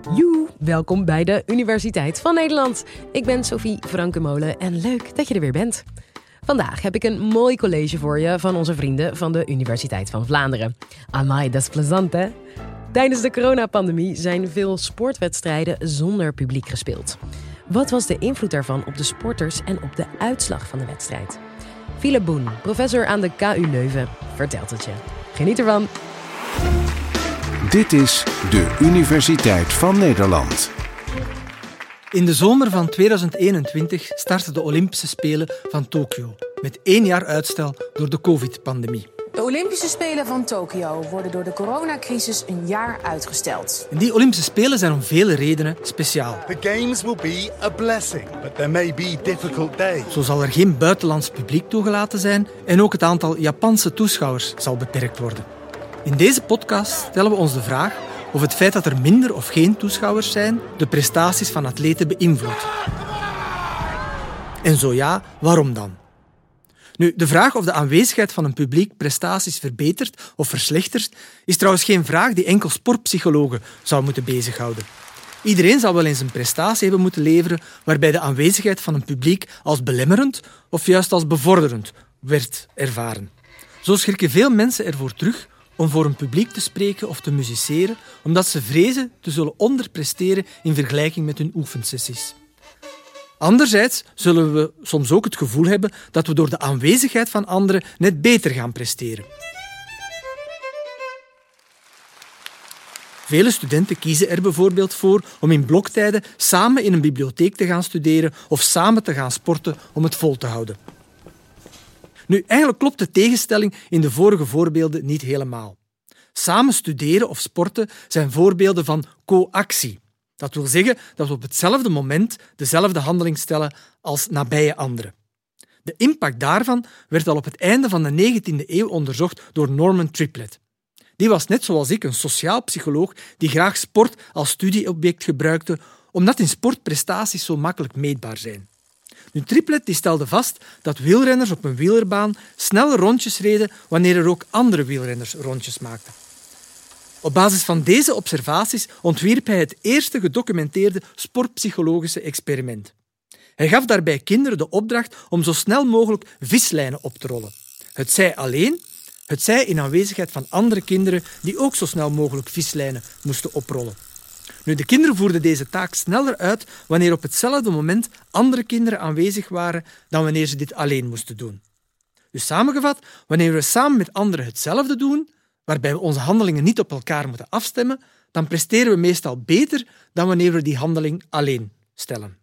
Joe, welkom bij de Universiteit van Nederland. Ik ben Sophie Frankenmolen en leuk dat je er weer bent. Vandaag heb ik een mooi college voor je van onze vrienden van de Universiteit van Vlaanderen. Amai, dat is plezant, hè? Tijdens de coronapandemie zijn veel sportwedstrijden zonder publiek gespeeld. Wat was de invloed daarvan op de sporters en op de uitslag van de wedstrijd? Philip Boen, professor aan de KU Leuven, vertelt het je. Geniet ervan! Dit is de Universiteit van Nederland. In de zomer van 2021 starten de Olympische Spelen van Tokio, met 1 jaar uitstel door de COVID-pandemie. De Olympische Spelen van Tokio worden door de coronacrisis een jaar uitgesteld. En die Olympische Spelen zijn om vele redenen speciaal. The games will be a blessing, but there may be difficult days. Zo zal er geen buitenlands publiek toegelaten zijn en ook het aantal Japanse toeschouwers zal beperkt worden. In deze podcast stellen we ons de vraag of het feit dat er minder of geen toeschouwers zijn de prestaties van atleten beïnvloedt. En zo ja, waarom dan? Nu, de vraag of de aanwezigheid van een publiek prestaties verbetert of verslechtert, is trouwens geen vraag die enkel sportpsychologen zou moeten bezighouden. Iedereen zal wel eens een prestatie hebben moeten leveren waarbij de aanwezigheid van een publiek als belemmerend of juist als bevorderend werd ervaren. Zo schrikken veel mensen ervoor terug om voor een publiek te spreken of te musiceren, omdat ze vrezen te zullen onderpresteren in vergelijking met hun oefensessies. Anderzijds zullen we soms ook het gevoel hebben dat we door de aanwezigheid van anderen net beter gaan presteren. Vele studenten kiezen er bijvoorbeeld voor om in bloktijden samen in een bibliotheek te gaan studeren of samen te gaan sporten om het vol te houden. Nu, eigenlijk klopt de tegenstelling in de vorige voorbeelden niet helemaal. Samen studeren of sporten zijn voorbeelden van coactie. Dat wil zeggen dat we op hetzelfde moment dezelfde handeling stellen als nabije anderen. De impact daarvan werd al op het einde van de 19e eeuw onderzocht door Norman Triplett. Die was net zoals ik een sociaal psycholoog die graag sport als studieobject gebruikte, omdat in sport prestaties zo makkelijk meetbaar zijn. Nu, Triplett die stelde vast dat wielrenners op een wielerbaan sneller rondjes reden wanneer er ook andere wielrenners rondjes maakten. Op basis van deze observaties ontwierp hij het eerste gedocumenteerde sportpsychologische experiment. Hij gaf daarbij kinderen de opdracht om zo snel mogelijk vislijnen op te rollen. Het zij alleen, het zij in aanwezigheid van andere kinderen die ook zo snel mogelijk vislijnen moesten oprollen. Nu, de kinderen voerden deze taak sneller uit wanneer op hetzelfde moment andere kinderen aanwezig waren dan wanneer ze dit alleen moesten doen. Dus samengevat, wanneer we samen met anderen hetzelfde doen, waarbij we onze handelingen niet op elkaar moeten afstemmen, dan presteren we meestal beter dan wanneer we die handeling alleen stellen.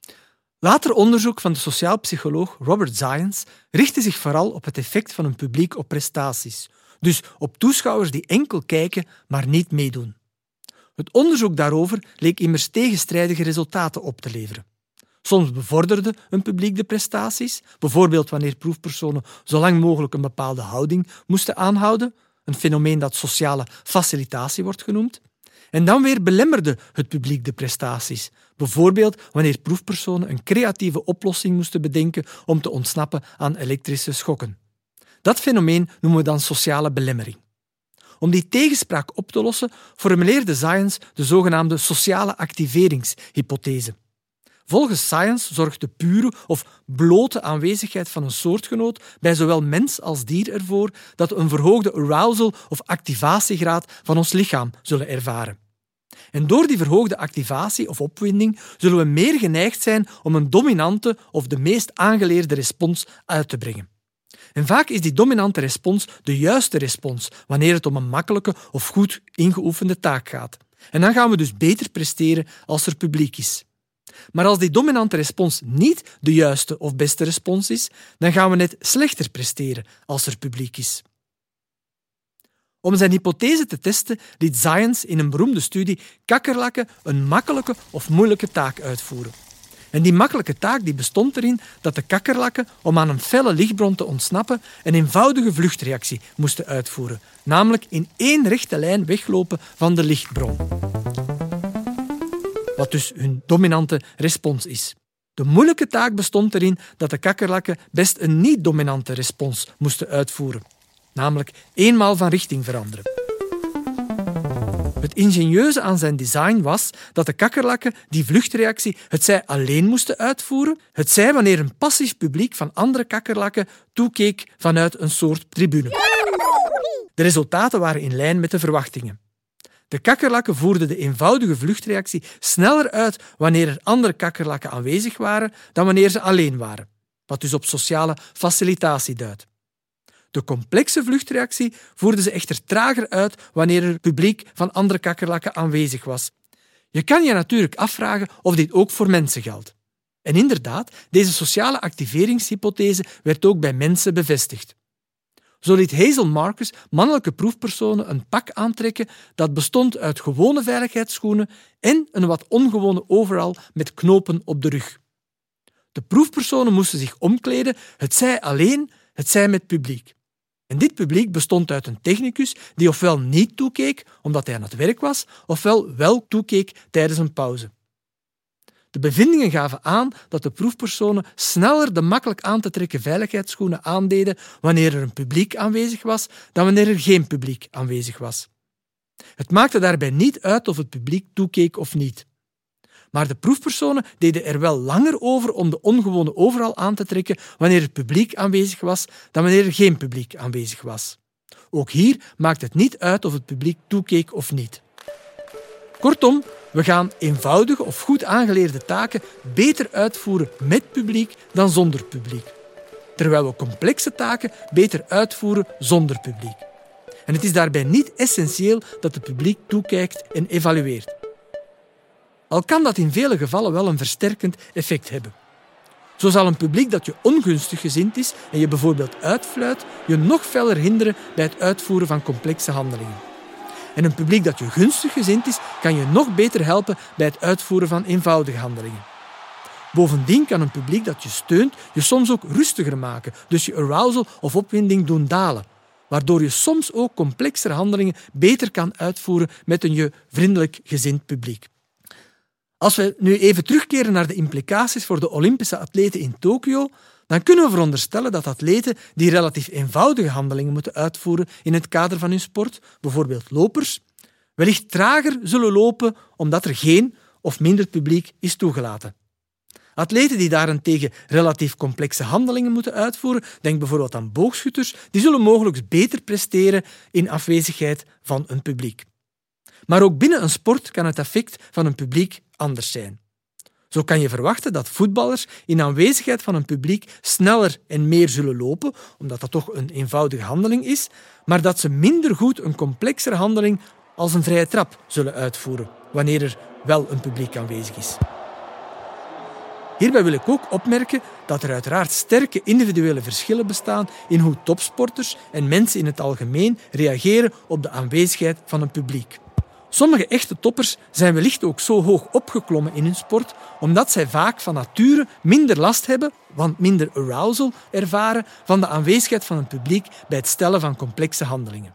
Later onderzoek van de sociaal psycholoog Robert Zajonc richtte zich vooral op het effect van een publiek op prestaties, dus op toeschouwers die enkel kijken, maar niet meedoen. Het onderzoek daarover leek immers tegenstrijdige resultaten op te leveren. Soms bevorderde een publiek de prestaties, bijvoorbeeld wanneer proefpersonen zo lang mogelijk een bepaalde houding moesten aanhouden, een fenomeen dat sociale facilitatie wordt genoemd. En dan weer belemmerde het publiek de prestaties, bijvoorbeeld wanneer proefpersonen een creatieve oplossing moesten bedenken om te ontsnappen aan elektrische schokken. Dat fenomeen noemen we dan sociale belemmering. Om die tegenspraak op te lossen, formuleerde Zajonc de zogenaamde sociale activeringshypothese. Volgens Zajonc zorgt de pure of blote aanwezigheid van een soortgenoot bij zowel mens als dier ervoor dat we een verhoogde arousal of activatiegraad van ons lichaam zullen ervaren. En door die verhoogde activatie of opwinding zullen we meer geneigd zijn om een dominante of de meest aangeleerde respons uit te brengen. En vaak is die dominante respons de juiste respons wanneer het om een makkelijke of goed ingeoefende taak gaat. En dan gaan we dus beter presteren als er publiek is. Maar als die dominante respons niet de juiste of beste respons is, dan gaan we net slechter presteren als er publiek is. Om zijn hypothese te testen, liet Zajonc in een beroemde studie kakkerlakken een makkelijke of moeilijke taak uitvoeren. En die makkelijke taak die bestond erin dat de kakkerlakken, om aan een felle lichtbron te ontsnappen, een eenvoudige vluchtreactie moesten uitvoeren, namelijk in één rechte lijn weglopen van de lichtbron. Wat dus hun dominante respons is. De moeilijke taak bestond erin dat de kakkerlakken best een niet-dominante respons moesten uitvoeren, namelijk eenmaal van richting veranderen. Het ingenieuze aan zijn design was dat de kakkerlakken die vluchtreactie hetzij alleen moesten uitvoeren, hetzij wanneer een passief publiek van andere kakkerlakken toekeek vanuit een soort tribune. De resultaten waren in lijn met de verwachtingen. De kakkerlakken voerden de eenvoudige vluchtreactie sneller uit wanneer er andere kakkerlakken aanwezig waren dan wanneer ze alleen waren, wat dus op sociale facilitatie duidt. De complexe vluchtreactie voerden ze echter trager uit wanneer er publiek van andere kakkerlakken aanwezig was. Je kan je natuurlijk afvragen of dit ook voor mensen geldt. En inderdaad, deze sociale activeringshypothese werd ook bij mensen bevestigd. Zo liet Hazel Marcus mannelijke proefpersonen een pak aantrekken dat bestond uit gewone veiligheidsschoenen en een wat ongewone overall met knopen op de rug. De proefpersonen moesten zich omkleden, hetzij alleen, hetzij met publiek. En dit publiek bestond uit een technicus die ofwel niet toekeek omdat hij aan het werk was, ofwel wel toekeek tijdens een pauze. De bevindingen gaven aan dat de proefpersonen sneller de makkelijk aan te trekken veiligheidsschoenen aandeden wanneer er een publiek aanwezig was dan wanneer er geen publiek aanwezig was. Het maakte daarbij niet uit of het publiek toekeek of niet. Maar de proefpersonen deden er wel langer over om de ongewone overal aan te trekken wanneer er publiek aanwezig was dan wanneer er geen publiek aanwezig was. Ook hier maakt het niet uit of het publiek toekeek of niet. Kortom, we gaan eenvoudige of goed aangeleerde taken beter uitvoeren met publiek dan zonder publiek, terwijl we complexe taken beter uitvoeren zonder publiek. En het is daarbij niet essentieel dat het publiek toekijkt en evalueert. Al kan dat in vele gevallen wel een versterkend effect hebben. Zo zal een publiek dat je ongunstig gezind is en je bijvoorbeeld uitfluit, je nog feller hinderen bij het uitvoeren van complexe handelingen. En een publiek dat je gunstig gezind is, kan je nog beter helpen bij het uitvoeren van eenvoudige handelingen. Bovendien kan een publiek dat je steunt je soms ook rustiger maken, dus je arousal of opwinding doen dalen, waardoor je soms ook complexere handelingen beter kan uitvoeren met een je vriendelijk gezind publiek. Als we nu even terugkeren naar de implicaties voor de Olympische atleten in Tokio, dan kunnen we veronderstellen dat atleten die relatief eenvoudige handelingen moeten uitvoeren in het kader van hun sport, bijvoorbeeld lopers, wellicht trager zullen lopen omdat er geen of minder publiek is toegelaten. Atleten die daarentegen relatief complexe handelingen moeten uitvoeren, denk bijvoorbeeld aan boogschutters, die zullen mogelijk beter presteren in afwezigheid van een publiek. Maar ook binnen een sport kan het effect van een publiek anders zijn. Zo kan je verwachten dat voetballers in aanwezigheid van een publiek sneller en meer zullen lopen, omdat dat toch een eenvoudige handeling is, maar dat ze minder goed een complexere handeling als een vrije trap zullen uitvoeren, wanneer er wel een publiek aanwezig is. Hierbij wil ik ook opmerken dat er uiteraard sterke individuele verschillen bestaan in hoe topsporters en mensen in het algemeen reageren op de aanwezigheid van een publiek. Sommige echte toppers zijn wellicht ook zo hoog opgeklommen in hun sport, omdat zij vaak van nature minder last hebben, want minder arousal ervaren van de aanwezigheid van een publiek bij het stellen van complexe handelingen.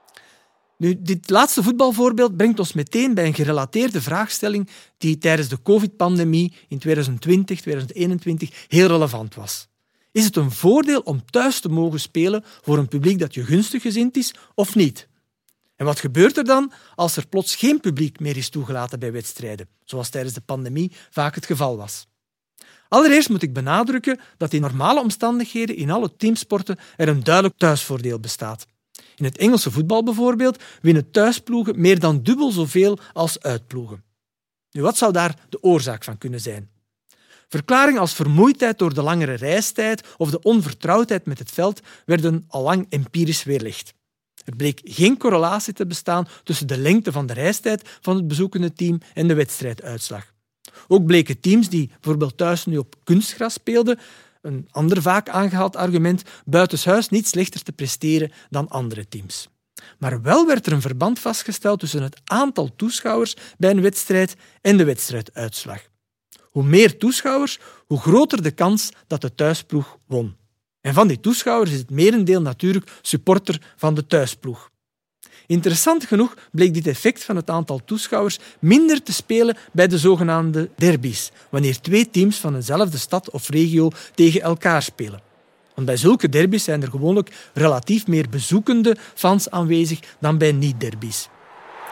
Nu, dit laatste voetbalvoorbeeld brengt ons meteen bij een gerelateerde vraagstelling die tijdens de COVID-pandemie in 2020, 2021 heel relevant was. Is het een voordeel om thuis te mogen spelen voor een publiek dat je gunstig gezind is of niet? En wat gebeurt er dan als er plots geen publiek meer is toegelaten bij wedstrijden, zoals tijdens de pandemie vaak het geval was? Allereerst moet ik benadrukken dat in normale omstandigheden in alle teamsporten er een duidelijk thuisvoordeel bestaat. In het Engelse voetbal bijvoorbeeld winnen thuisploegen meer dan dubbel zoveel als uitploegen. Nu, wat zou daar de oorzaak van kunnen zijn? Verklaringen als vermoeidheid door de langere reistijd of de onvertrouwdheid met het veld werden allang empirisch weerlegd. Er bleek geen correlatie te bestaan tussen de lengte van de reistijd van het bezoekende team en de wedstrijduitslag. Ook bleken teams die bijvoorbeeld thuis nu op kunstgras speelden, een ander vaak aangehaald argument, buitenshuis niet slechter te presteren dan andere teams. Maar wel werd er een verband vastgesteld tussen het aantal toeschouwers bij een wedstrijd en de wedstrijduitslag. Hoe meer toeschouwers, hoe groter de kans dat de thuisploeg won. En van die toeschouwers is het merendeel natuurlijk supporter van de thuisploeg. Interessant genoeg bleek dit effect van het aantal toeschouwers minder te spelen bij de zogenaamde derbies, wanneer twee teams van eenzelfde stad of regio tegen elkaar spelen. Want bij zulke derbies zijn er gewoonlijk relatief meer bezoekende fans aanwezig dan bij niet-derbies.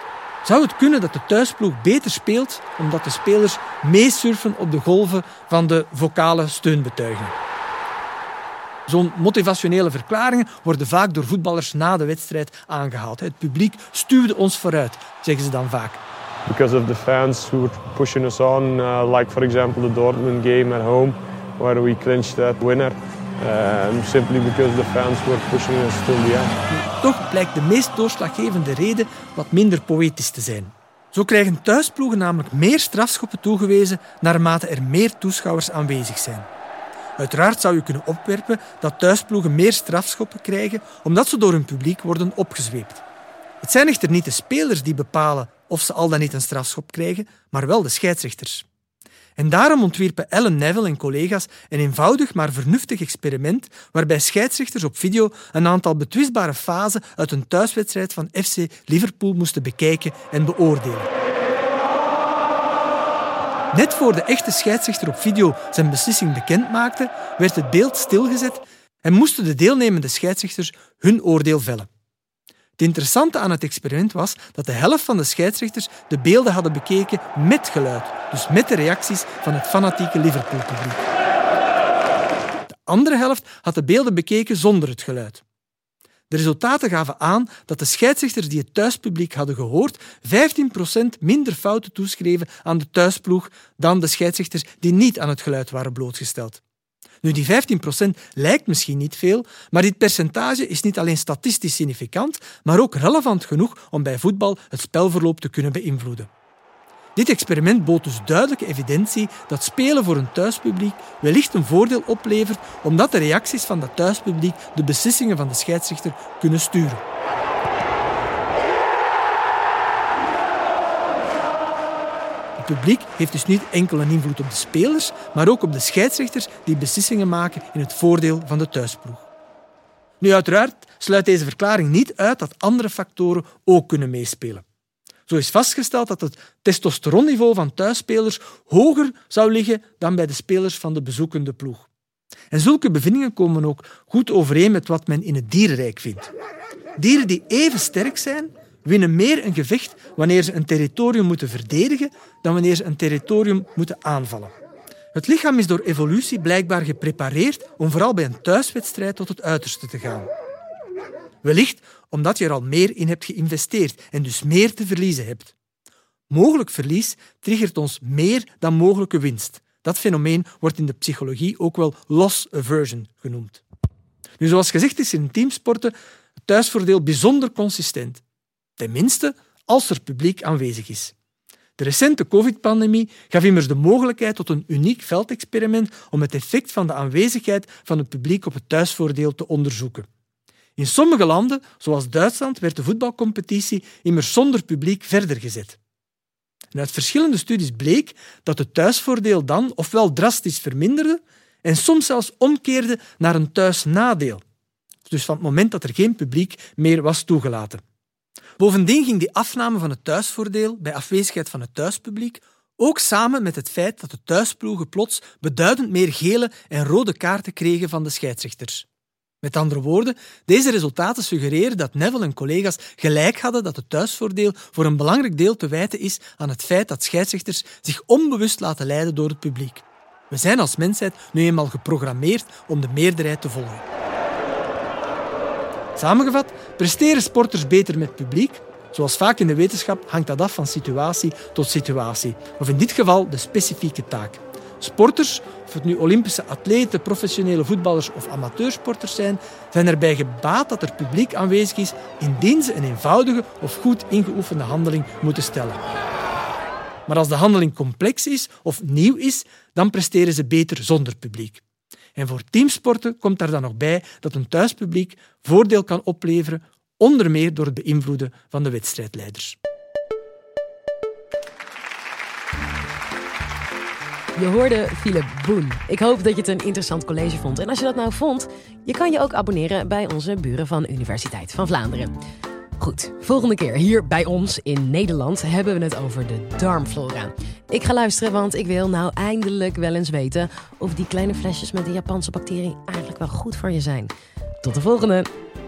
Zou het kunnen dat de thuisploeg beter speelt omdat de spelers meesurfen op de golven van de vocale steunbetuigingen? Zo'n motivationele verklaringen worden vaak door voetballers na de wedstrijd aangehaald. Het publiek stuwde ons vooruit, zeggen ze dan vaak. Because of the fans who were pushing us on, like for example the Dortmund game at home, where we clinched that winner. Simply because the fans were pushing us till the end. Toch blijkt de meest doorslaggevende reden wat minder poëtisch te zijn. Zo krijgen thuisploegen namelijk meer strafschoppen toegewezen naarmate er meer toeschouwers aanwezig zijn. Uiteraard zou je kunnen opwerpen dat thuisploegen meer strafschoppen krijgen omdat ze door hun publiek worden opgezweept. Het zijn echter niet de spelers die bepalen of ze al dan niet een strafschop krijgen, maar wel de scheidsrechters. En daarom ontwierpen Alan Neville en collega's een eenvoudig maar vernuftig experiment waarbij scheidsrechters op video een aantal betwistbare fasen uit een thuiswedstrijd van FC Liverpool moesten bekijken en beoordelen. Net voor de echte scheidsrechter op video zijn beslissing bekend maakte, werd het beeld stilgezet en moesten de deelnemende scheidsrechters hun oordeel vellen. Het interessante aan het experiment was dat de helft van de scheidsrechters de beelden hadden bekeken met geluid, dus met de reacties van het fanatieke Liverpool-publiek. De andere helft had de beelden bekeken zonder het geluid. De resultaten gaven aan dat de scheidsrechters die het thuispubliek hadden gehoord 15% minder fouten toeschreven aan de thuisploeg dan de scheidsrechters die niet aan het geluid waren blootgesteld. Nu, die 15% lijkt misschien niet veel, maar dit percentage is niet alleen statistisch significant, maar ook relevant genoeg om bij voetbal het spelverloop te kunnen beïnvloeden. Dit experiment bood dus duidelijke evidentie dat spelen voor een thuispubliek wellicht een voordeel oplevert, omdat de reacties van dat thuispubliek de beslissingen van de scheidsrechter kunnen sturen. Het publiek heeft dus niet enkel een invloed op de spelers, maar ook op de scheidsrechters die beslissingen maken in het voordeel van de thuisploeg. Nu, uiteraard sluit deze verklaring niet uit dat andere factoren ook kunnen meespelen. Zo is vastgesteld dat het testosteronniveau van thuisspelers hoger zou liggen dan bij de spelers van de bezoekende ploeg. En zulke bevindingen komen ook goed overeen met wat men in het dierenrijk vindt. Dieren die even sterk zijn, winnen meer een gevecht wanneer ze een territorium moeten verdedigen dan wanneer ze een territorium moeten aanvallen. Het lichaam is door evolutie blijkbaar geprepareerd om vooral bij een thuiswedstrijd tot het uiterste te gaan. Wellicht omdat je er al meer in hebt geïnvesteerd en dus meer te verliezen hebt. Mogelijk verlies triggert ons meer dan mogelijke winst. Dat fenomeen wordt in de psychologie ook wel loss aversion genoemd. Nu, zoals gezegd is in teamsporten het thuisvoordeel bijzonder consistent. Tenminste, als er publiek aanwezig is. De recente COVID-pandemie gaf immers de mogelijkheid tot een uniek veldexperiment om het effect van de aanwezigheid van het publiek op het thuisvoordeel te onderzoeken. In sommige landen, zoals Duitsland, werd de voetbalcompetitie immers zonder publiek verder gezet. En uit verschillende studies bleek dat het thuisvoordeel dan ofwel drastisch verminderde en soms zelfs omkeerde naar een thuisnadeel. Dus van het moment dat er geen publiek meer was toegelaten. Bovendien ging die afname van het thuisvoordeel bij afwezigheid van het thuispubliek ook samen met het feit dat de thuisploegen plots beduidend meer gele en rode kaarten kregen van de scheidsrechters. Met andere woorden, deze resultaten suggereren dat Neville en collega's gelijk hadden dat het thuisvoordeel voor een belangrijk deel te wijten is aan het feit dat scheidsrechters zich onbewust laten leiden door het publiek. We zijn als mensheid nu eenmaal geprogrammeerd om de meerderheid te volgen. Samengevat, presteren sporters beter met publiek? Zoals vaak in de wetenschap hangt dat af van situatie tot situatie, of in dit geval de specifieke taak. Sporters, of het nu Olympische atleten, professionele voetballers of amateursporters zijn erbij gebaat dat er publiek aanwezig is indien ze een eenvoudige of goed ingeoefende handeling moeten stellen. Maar als de handeling complex is of nieuw is, dan presteren ze beter zonder publiek. En voor teamsporten komt daar dan nog bij dat een thuispubliek voordeel kan opleveren, onder meer door het beïnvloeden van de wedstrijdleiders. Je hoorde Philip Boen. Ik hoop dat je het een interessant college vond. En als je dat nou vond, je kan je ook abonneren bij onze buren van Universiteit van Vlaanderen. Goed, volgende keer hier bij ons in Nederland hebben we het over de darmflora. Ik ga luisteren, want ik wil nou eindelijk wel eens weten of die kleine flesjes met de Japanse bacterie eigenlijk wel goed voor je zijn. Tot de volgende!